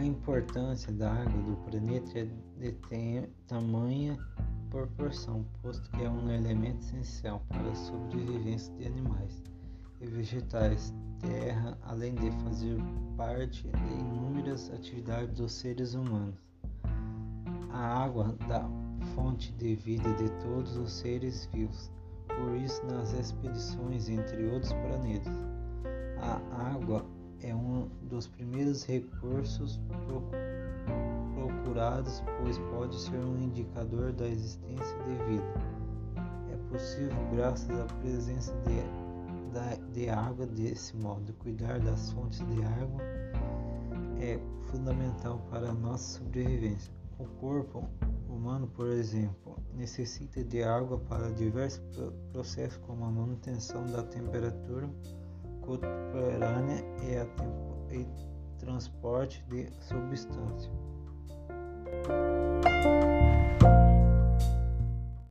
A importância da água do planeta é de tamanha proporção, posto que é um elemento essencial para a sobrevivência de animais e vegetais, terra, além de fazer parte de inúmeras atividades dos seres humanos. A água dá fonte de vida de todos os seres vivos, por isso nas expedições entre outros planetas, a água é um dos primeiros recursos procurados, pois pode ser um indicador da existência de vida. É possível, graças à presença de água, desse modo. Cuidar das fontes de água é fundamental para a nossa sobrevivência. O corpo humano, por exemplo, necessita de água para diversos processos, como a manutenção da temperatura corpórea e transporte de substâncias.